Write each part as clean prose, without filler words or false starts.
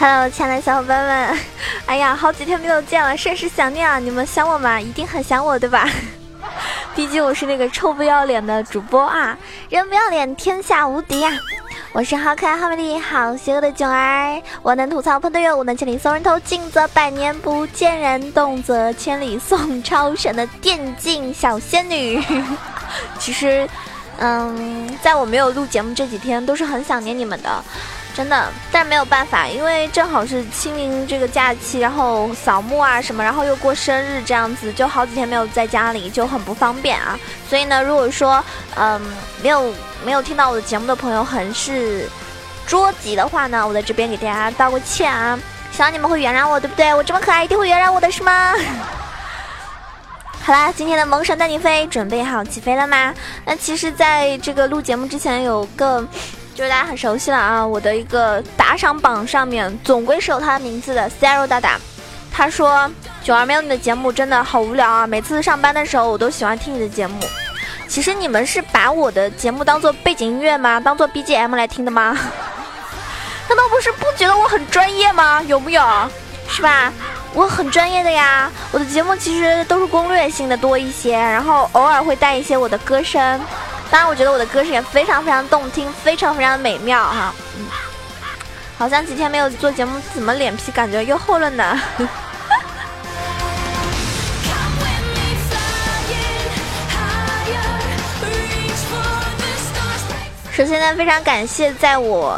Hello， 亲爱的小伙伴们，哎呀，好几天没有见了，甚是想念啊！你们想我吗？一定很想我，对吧？毕竟我是那个臭不要脸的主播啊，人不要脸，天下无敌呀！我是好可爱、好美丽、好邪恶的囧儿，我能吐槽喷队友，我能千里送人头，近则百年不见人，动则千里送超神的电竞小仙女。其实，在我没有录节目这几天，都是很想念你们的。真的，但没有办法，因为正好是清明这个假期，然后扫墓啊什么，然后又过生日这样子，就好几天没有在家里，就很不方便啊。所以呢，如果说没有听到我的节目的朋友很是捉急的话呢，我在这边给大家道个歉啊，希望你们会原谅我，对不对？我这么可爱，一定会原谅我的，是吗？好啦，今天的萌神带你飞，准备好起飞了吗？那其实在这个录节目之前有个就是大家很熟悉了啊，我的一个打赏榜上面总归是有他的名字的 Zero 大大，他说囧儿没有你的节目真的好无聊啊，每次上班的时候我都喜欢听你的节目。其实你们是把我的节目当做背景音乐吗？当做 BGM 来听的吗？难道不是不觉得我很专业吗？有没有？是吧？我很专业的呀，我的节目其实都是攻略性的多一些，然后偶尔会带一些我的歌声。当然我觉得我的歌声也非常非常动听，非常非常美妙哈。好像几天没有做节目，怎么脸皮感觉又厚了呢？首先呢，非常感谢在我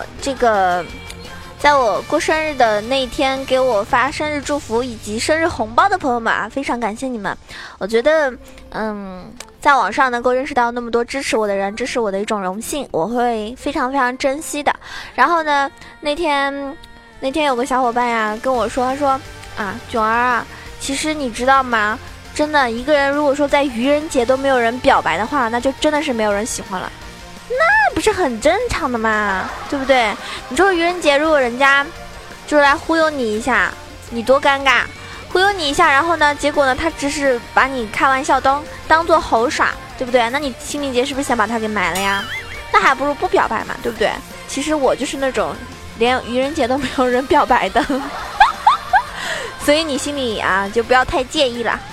过生日的那一天给我发生日祝福以及生日红包的朋友们啊，非常感谢你们。我觉得在网上能够认识到那么多支持我的人，这是我的一种荣幸，我会非常非常珍惜的。然后呢，那天有个小伙伴呀跟我说，他说啊，囧儿啊，其实你知道吗？真的，一个人如果说在愚人节都没有人表白的话，那就真的是没有人喜欢了。那不是很正常的吗？对不对？你说愚人节如果人家就是来忽悠你一下，你多尴尬。忽悠你一下，然后呢，结果呢，他只是把你开玩笑当做猴耍，对不对？那你清明节是不是想把他给埋了呀？那还不如不表白嘛，对不对？其实我就是那种连愚人节都没有人表白的，所以你心里啊就不要太介意啦。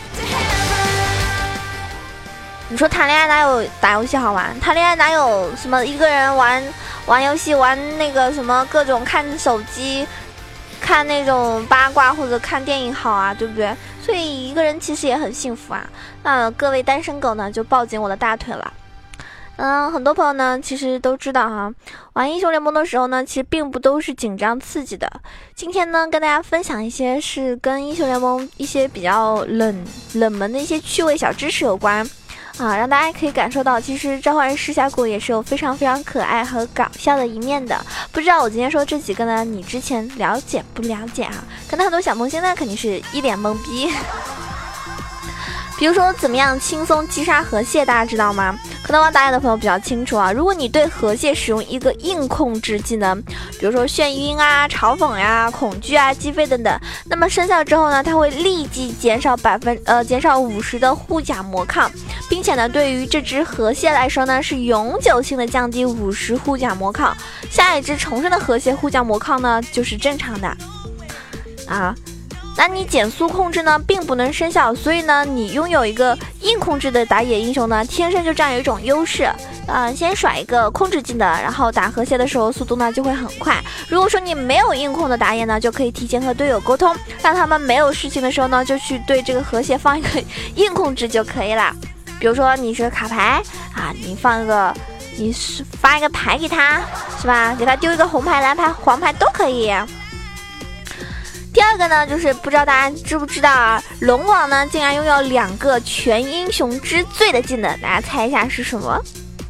你说谈恋爱哪有打游戏好玩？谈恋爱哪有什么一个人玩游戏，玩那个什么各种看手机看那种八卦或者看电影好啊，对不对？所以一个人其实也很幸福啊。那各位单身狗呢，就抱紧我的大腿了。很多朋友呢其实都知道哈，玩英雄联盟的时候呢，其实并不都是紧张刺激的。今天呢，跟大家分享一些是跟英雄联盟一些比较冷门的一些趣味小知识有关啊，让大家可以感受到，其实召唤师峡谷也是有非常非常可爱和搞笑的一面的。不知道我今天说这几个呢，你之前了解不了解啊？可能很多小萌新呢肯定是一脸懵逼。比如说怎么样轻松击杀河蟹，大家知道吗？可能玩打野的朋友比较清楚啊。如果你对河蟹使用一个硬控制技能，比如说眩晕啊、嘲讽呀、恐惧啊、击飞等等，那么生效之后呢，它会立即减少50%的护甲魔抗，并且呢，对于这只河蟹来说呢，是永久性的降低50护甲魔抗。下一只重生的河蟹护甲魔抗呢，就是正常的啊。那你减速控制呢并不能生效，所以呢你拥有一个硬控制的打野英雄呢，天生就占有一种优势。先甩一个控制技能，然后打河蟹的时候速度呢就会很快。如果说你没有硬控的打野呢，就可以提前和队友沟通，让他们没有事情的时候呢，就去对这个河蟹放一个硬控制就可以了。比如说你是卡牌啊，你发一个牌给他，是吧？给他丢一个红牌、蓝牌、黄牌都可以。第二个呢，就是不知道大家知不知道啊，龙王呢竟然拥有2个全英雄之最的技能，大家猜一下是什么？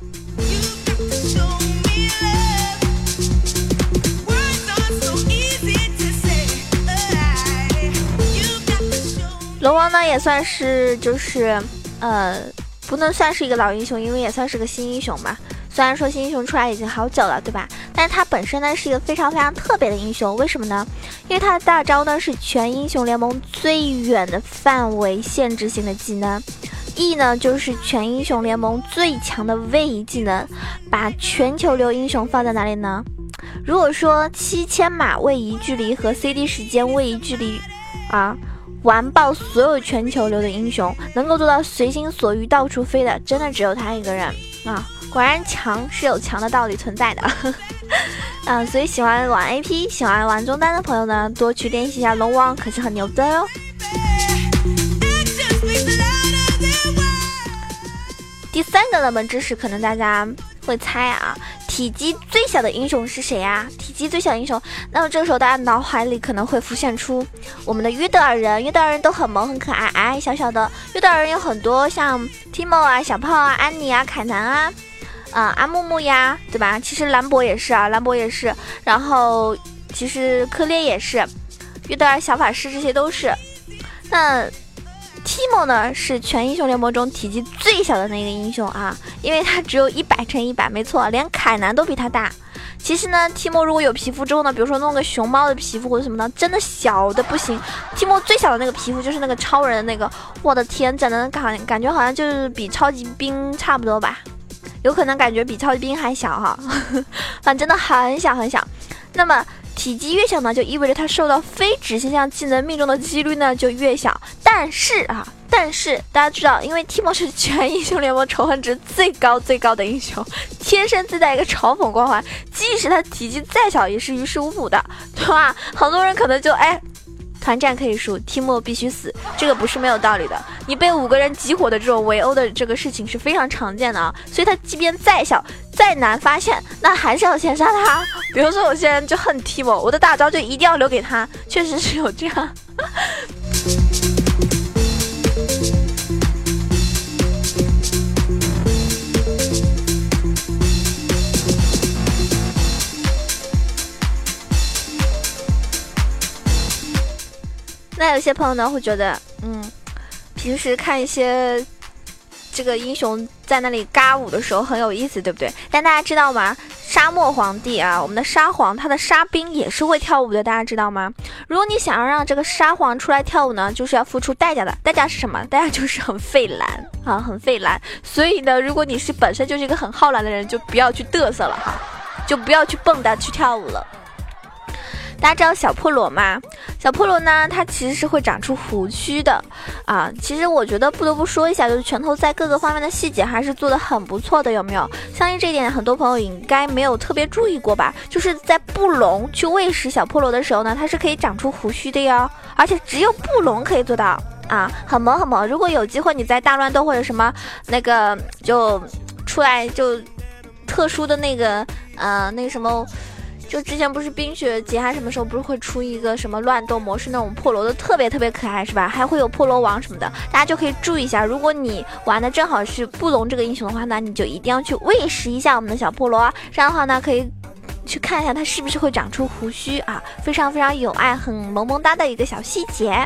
龙王呢也算是不能算是一个老英雄，因为也算是个新英雄吧。虽然说新英雄出来已经好久了，对吧？但是他本身呢是一个非常非常特别的英雄，为什么呢？因为他的大招呢是全英雄联盟最远的范围限制性的技能，E 呢就是全英雄联盟最强的位移技能，把全球流英雄放在哪里呢？ 如果说7000码位移距离和 CD 时间位移距离啊，完爆所有全球流的英雄，能够做到随心所欲到处飞的，真的只有他一个人啊！果然强是有强的道理存在的。所以喜欢玩 AP 喜欢玩中单的朋友呢，多去练习一下龙王，可是很牛的哟。第三个冷门知识，可能大家会猜啊，体积最小的英雄是谁啊？体积最小的英雄，那么这个时候大家脑海里可能会浮现出我们的约德尔人，约德尔人都很萌很可爱，矮矮小小的。约德尔人有很多，像 Timo 啊、小炮啊、安妮啊、凯南啊、阿木木呀，对吧？其实兰博也是啊，兰博也是，然后其实科列也是，约德尔小法师这些都是。那Timo 呢是全英雄联盟中体积最小的那个英雄啊，因为他只有100×100，没错，连凯南都比他大。其实呢 Timo 如果有皮肤之后呢，比如说弄个熊猫的皮肤或者什么的，真的小的不行。Timo 最小的那个皮肤就是那个超人的那个，我的天，整的感觉好像就是比超级兵差不多吧，有可能感觉比超级兵还小哈，反正真的很小很小。那么体积越小呢，就意味着它受到非直线向技能命中的几率呢就越小。但是大家知道，因为 Timo 是全英雄联盟仇恨值最高的英雄，天生自带一个嘲讽光环，即使他体积再小也是于事无补的，对吧？很多人可能就团战可以输，Timo 必须死，这个不是没有道理的。你被5个人集火的这种围殴的这个事情是非常常见的啊，所以他即便再小再难发现，那还是要先杀他。比如说有些人就恨 Timo， 我的大招就一定要留给他，确实是有这样。那有些朋友呢会觉得，平时看一些这个英雄在那里嘎舞的时候很有意思，对不对？但大家知道吗？沙漠皇帝啊，我们的沙皇，他的沙兵也是会跳舞的，大家知道吗？如果你想要让这个沙皇出来跳舞呢，就是要付出代价的。代价是什么？代价就是很费蓝啊，很费蓝。所以呢，如果你是本身就是一个很好蓝的人，就不要去嘚瑟了哈，就不要去蹦跶去跳舞了。大家知道小破罗吗？小破罗呢，它其实是会长出胡须的啊。其实我觉得不得不说一下，就是拳头在各个方面的细节还是做得很不错的，有没有？相信这一点，很多朋友应该没有特别注意过吧？就是在布隆去喂食小破罗的时候呢，它是可以长出胡须的哟，而且只有布隆可以做到啊，很萌很萌。如果有机会你在大乱斗或者什么那个就出来就特殊的那个那个什么。就之前不是冰雪节还什么时候不是会出一个什么乱斗模式，那种破罗的特别可爱是吧？还会有破罗王什么的，大家就可以注意一下。如果你玩的正好是布隆这个英雄的话呢，你就一定要去喂食一下我们的小破罗，这样的话呢可以去看一下它是不是会长出胡须啊，非常有爱，很萌萌哒的一个小细节。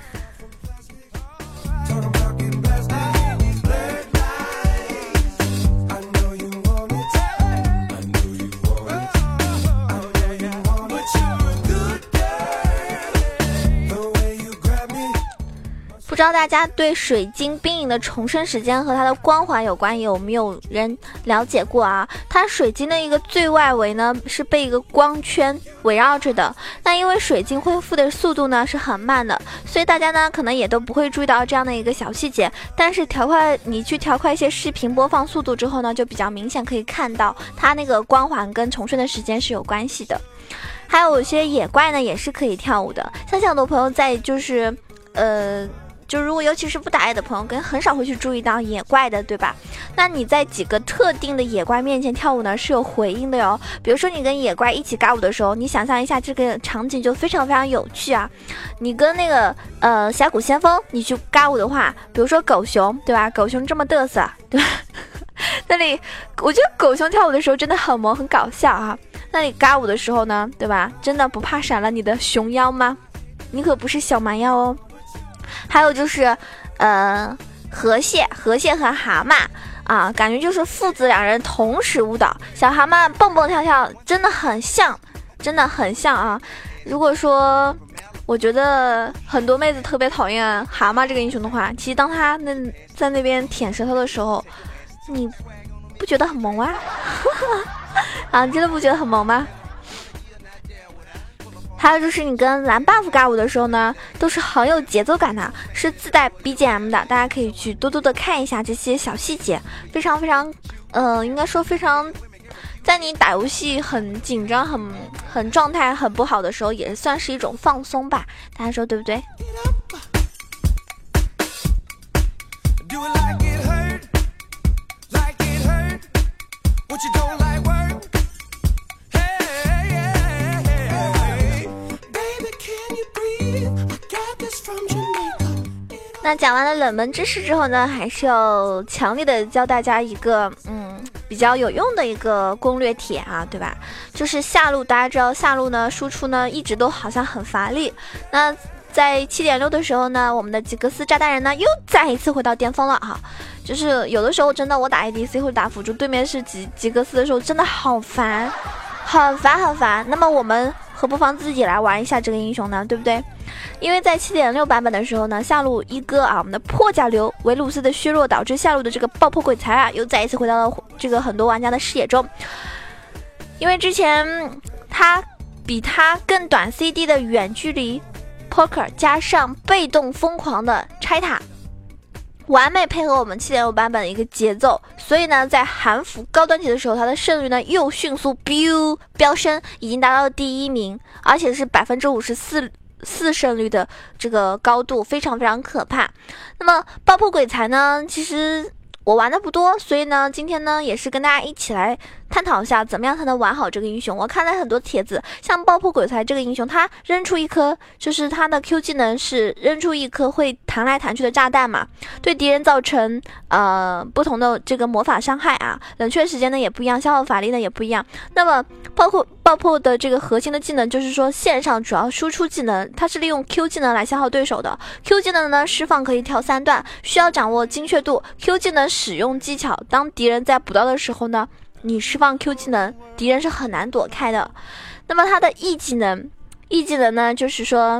不知道大家对水晶冰影的重生时间和它的光环有关，有没有人了解过啊？它水晶的一个最外围呢是被一个光圈围绕着的，那因为水晶恢复的速度呢是很慢的，所以大家呢可能也都不会注意到这样的一个小细节，但是你去调快一些视频播放速度之后呢，就比较明显可以看到它那个光环跟重生的时间是有关系的。还有一些野怪呢也是可以跳舞的，相信很多朋友在就如果尤其是不打野的朋友，跟很少会去注意到野怪的，对吧？那你在几个特定的野怪面前跳舞呢，是有回音的哟。比如说你跟野怪一起尬舞的时候，你想象一下这个场景就非常有趣啊。你跟那个峡谷先锋你去尬舞的话，比如说狗熊，对吧？狗熊这么嘚瑟，对吧？那里我觉得狗熊跳舞的时候真的很萌很搞笑啊。那你尬舞的时候呢，对吧？真的不怕闪了你的熊腰吗？你可不是小蛮腰哦。还有就是河蟹和蛤蟆啊，感觉就是父子两人同时舞蹈，小蛤蟆蹦蹦跳跳，真的很像啊。如果说我觉得很多妹子特别讨厌蛤蟆这个英雄的话，其实当他在那边舔舌头的时候，你不觉得很萌啊？啊，真的不觉得很萌吗？ 还有就是你跟蓝 buff 尬舞的时候呢，都是很有节奏感的，是自带 BGM 的，大家可以去多多的看一下这些小细节，非常非常，应该说非常，在你打游戏很紧张、很状态很不好的时候，也算是一种放松吧，大家说对不对？那讲完了冷门知识之后呢，还是要强烈的教大家一个比较有用的一个攻略帖啊，对吧？就是下路，大家知道下路呢输出呢一直都好像很乏力。那在7.6的时候呢，我们的吉格斯炸弹人呢又再一次回到巅峰了哈。就是有的时候真的我打 ADC 或者打辅助，对面是吉格斯的时候，真的好烦，很烦。那么我们何不妨自己来玩一下这个英雄呢，对不对？因为在7.6版本的时候呢，下路一哥啊，我们的破甲流维鲁斯的削弱，导致下路的这个爆破鬼才啊，又再一次回到了这个很多玩家的视野中。因为之前他比他更短 CD 的远距离 poker 加上被动疯狂的拆塔，完美配合我们7.6版本的一个节奏，所以呢，在韩服高端级的时候，它的胜率呢又迅速飙升，已经达到了第1名，而且是54%胜率的这个高度，非常非常可怕。那么爆破鬼才呢，其实我玩的不多，所以呢，今天呢也是跟大家一起来探讨一下怎么样才能玩好这个英雄。我看了很多帖子，像爆破鬼才这个英雄，他扔出一颗，就是他的 Q 技能是扔出一颗会弹来弹去的炸弹嘛，对敌人造成不同的这个魔法伤害啊，冷却时间呢也不一样，消耗法力呢也不一样。那么爆破的这个核心的技能就是说线上主要输出技能，它是利用 Q 技能来消耗对手的。Q 技能呢释放可以跳3段，需要掌握精确度。Q 技能使用技巧，当敌人在补刀的时候呢，你释放 Q 技能，敌人是很难躲开的。那么它的 E 技能呢，就是说，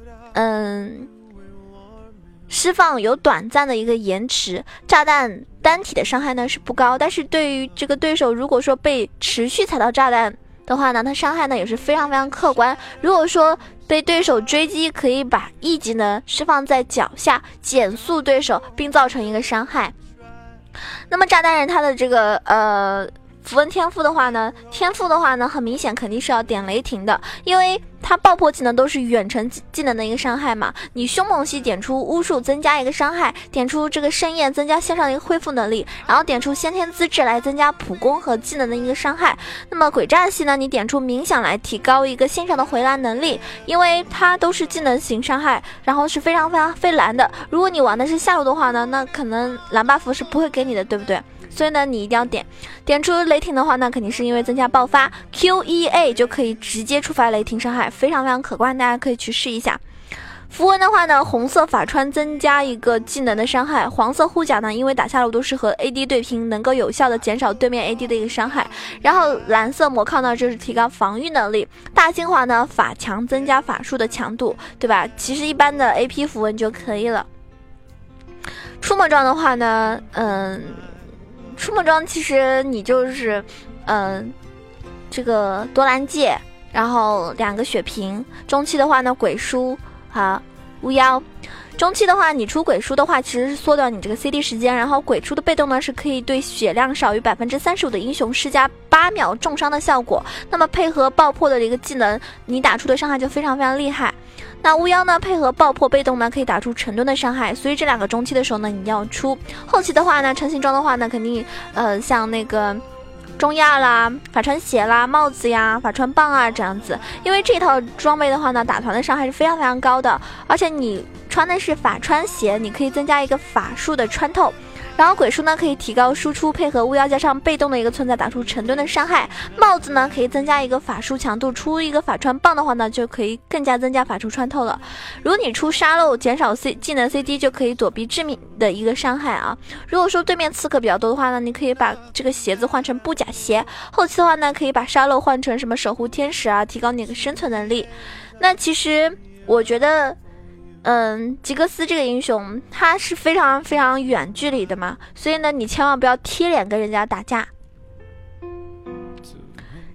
释放有短暂的一个延迟，炸弹单体的伤害呢是不高，但是对于这个对手，如果说被持续踩到炸弹的话呢，它伤害呢也是非常非常客观。如果说被对手追击，可以把 E 技能释放在脚下，减速对手，并造成一个伤害。那么炸弹人他的这个符文天赋的话呢，很明显肯定是要点雷霆的，因为它爆破技能都是远程技能的一个伤害嘛。你凶猛系点出巫术增加一个伤害，点出这个盛宴增加线上的一个恢复能力，然后点出先天资质来增加普攻和技能的一个伤害。那么鬼战系呢，你点出冥想来提高一个线上的回蓝能力，因为它都是技能型伤害，然后是非常非常费蓝的。如果你玩的是下路的话呢，那可能蓝 buff 是不会给你的，对不对？所以呢，你一定要点出雷霆的话呢，肯定是因为增加爆发 QEA 就可以直接触发雷霆伤害，非常非常可观，大家可以去试一下。符文的话呢，红色法穿增加一个技能的伤害，黄色护甲呢，因为打下路都是和 AD 对拼，能够有效的减少对面 AD 的一个伤害。然后蓝色魔抗呢，就是提高防御能力。大精华呢，法强增加法术的强度，对吧？其实一般的 AP 符文就可以了。出魔装的话呢，出魔装其实你就是这个多兰戒，然后2个血瓶，中期的话呢鬼书和巫妖。中期的话你出鬼书的话其实是缩短你这个 CD 时间，然后鬼书的被动呢是可以对血量少于 35% 的英雄施加8秒重伤的效果，那么配合爆破的一个技能，你打出的伤害就非常非常厉害。那巫妖呢配合爆破被动呢可以打出成吨的伤害，所以这2个中期的时候呢你要出。后期的话呢成型装的话呢肯定像那个中亚啦、法穿鞋啦、帽子呀、法穿棒啊这样子，因为这套装备的话呢打团的伤害是非常非常高的，而且你穿的是法穿鞋，你可以增加一个法术的穿透。然后鬼术呢可以提高输出，配合巫妖加上被动的一个存在打出成吨的伤害。帽子呢可以增加一个法术强度，出一个法穿棒的话呢就可以更加增加法术穿透了。如果你出沙漏减少技能 CD 就可以躲避致命的一个伤害啊。如果说对面刺客比较多的话呢，你可以把这个鞋子换成布甲鞋。后期的话呢可以把沙漏换成什么守护天使啊，提高你的生存能力。那其实我觉得吉格斯这个英雄他是非常非常远距离的嘛，所以呢你千万不要贴脸跟人家打架。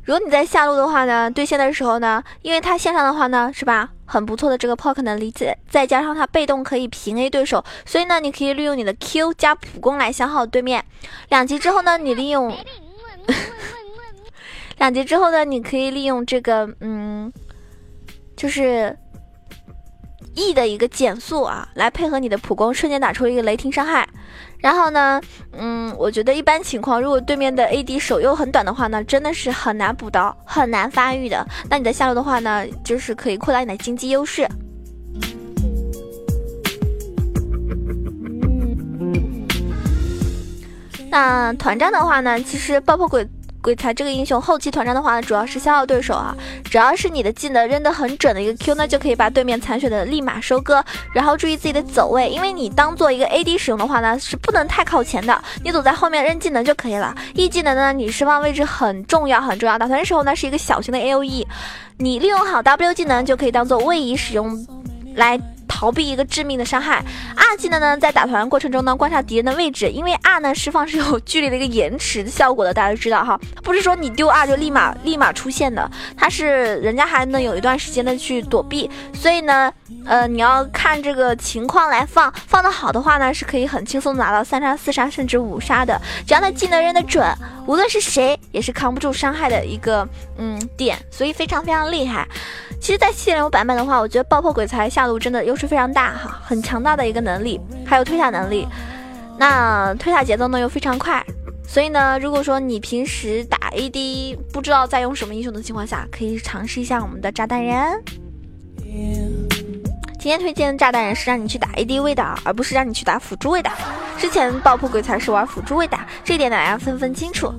如果你在下路的话呢，对线的时候呢，因为它线上的话呢，是吧，很不错的这个 poke 能力，再加上它被动可以平 A 对手，所以呢，你可以利用你的 Q 加普攻来消耗对面。2级之后呢，你利用2级之后呢，你可以利用这个就是 E 的一个减速啊，来配合你的普攻，瞬间打出一个雷霆伤害。然后呢，我觉得一般情况，如果对面的 AD 手又很短的话呢，真的是很难补刀，很难发育的。那你的下路的话呢，就是可以扩大你的经济优势。那团战的话呢，其实爆破鬼才这个英雄后期团战的话呢，主要是消耗对手啊，只要是你的技能扔得很准的一个 Q 呢，就可以把对面残血的立马收割。然后注意自己的走位，因为你当做一个 AD 使用的话呢，是不能太靠前的，你走在后面扔技能就可以了。E 技能呢，你释放位置很重要很重要，打团的时候呢是一个小型的 AOE， 你利用好 W 技能就可以当做位移使用，来逃避一个致命的伤害。R 技能呢，在打团过程中呢，观察敌人的位置，因为 R 呢释放是有距离的一个延迟的效果的，大家都知道哈，不是说你丢 R 就立马出现的，它是人家还能有一段时间的去躲避，所以呢，你要看这个情况来放得好的话呢，是可以很轻松拿到3杀4杀甚至5杀的，只要他技能扔得准，无论是谁也是扛不住伤害的一个点，所以非常非常厉害。其实在 7.6 版本的话，我觉得爆破鬼才下路真的优势非常大哈，很强大的一个能力，还有推塔能力，那推塔节奏呢又非常快，所以呢，如果说你平时打 AD 不知道在用什么英雄的情况下，可以尝试一下我们的炸弹人。今天推荐的炸弹人是让你去打 AD 位的，而不是让你去打辅助位的。之前爆破鬼才是玩辅助位的，这一点大家分清楚。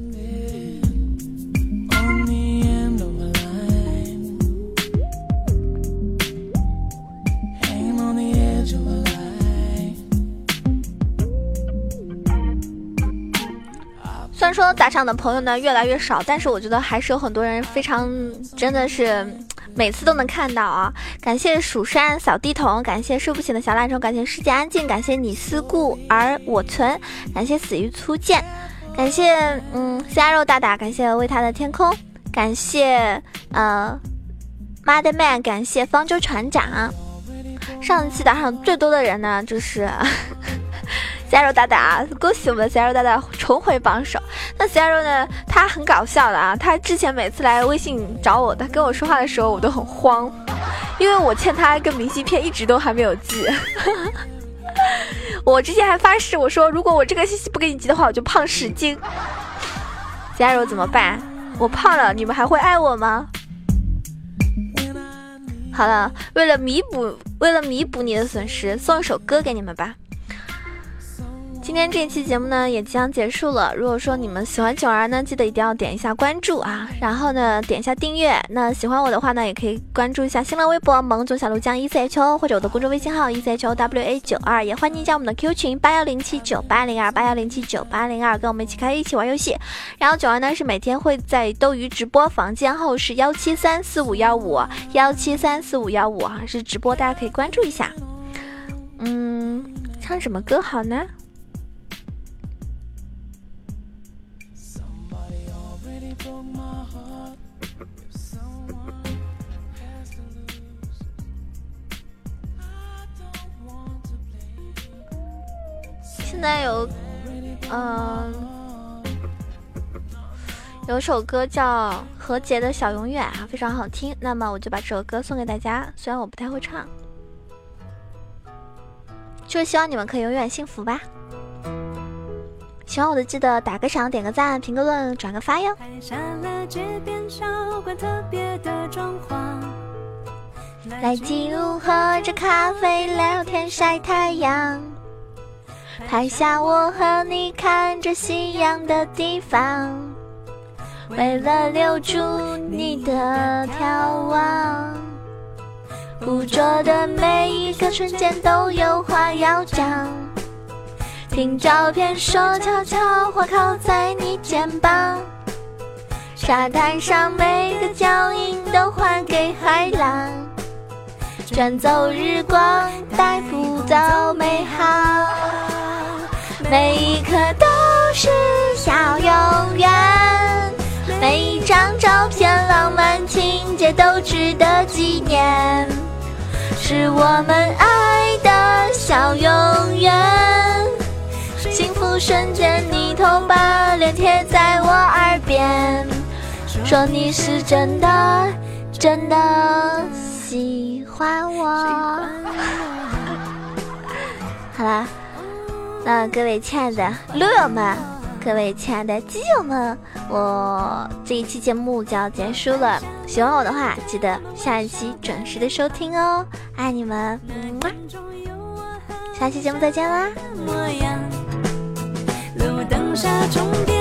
虽然说打赏的朋友呢越来越少，但是我觉得还是有很多人非常真的是每次都能看到啊！感谢蜀山扫地童，感谢睡不醒的小懒虫，感谢世界安静，感谢你思故而我存，感谢死于粗剑，感谢虾肉大大，感谢为他的天空，感谢Mother Man， 感谢方舟船长。上一期打赏最多的人呢就是虾肉大大，恭喜我们的虾肉大大重回榜首。那虾肉呢，他很搞笑的啊，他之前每次来微信找我，他跟我说话的时候我都很慌，因为我欠他一个明信片一直都还没有寄我之前还发誓，我说如果我这个信息不给你寄的话，我就胖10斤。虾肉怎么办？我胖了，你们还会爱我吗？好了，为了弥补你的损失，送一首歌给你们吧。今天这一期节目呢也即将结束了，如果说你们喜欢囧儿呢，记得一定要点一下关注啊，然后呢点一下订阅。那喜欢我的话呢，也可以关注一下新浪微博萌囧小鹿酱 ECHO， 或者我的公众微信号 ECHOWA92， 也欢迎加我们的 Q 群8107980281079802，跟我们一起玩游戏。然后囧儿呢是每天会在斗鱼直播，房间号是1734515，1734515啊，是直播，大家可以关注一下。唱什么歌好呢？现在有首歌叫何洁的小永远啊，非常好听，那么我就把这首歌送给大家，虽然我不太会唱，就希望你们可以永远幸福吧。喜欢我的记得打个赏，点个赞，评个论，转个发哟。来记录喝着咖啡聊天晒太阳，拍下我和你看着夕阳的地方，为了留住你的眺望，捕捉的每一个瞬间都有话要讲，听照片说悄悄话靠在你肩膀，沙滩上每个脚印都还给海浪，转走日光带不走美好，每一刻都是小永远，每一张照片去的纪念，是我们爱的小永远。幸福瞬间，你头把脸贴在我耳边，说你是真的真的喜欢我。好啦，那各位亲爱的撸友们，各位亲爱的基友们，我这一期节目就要结束了，喜欢我的话记得下一期准时的收听哦，爱你们，下期节目再见啦。路灯下终点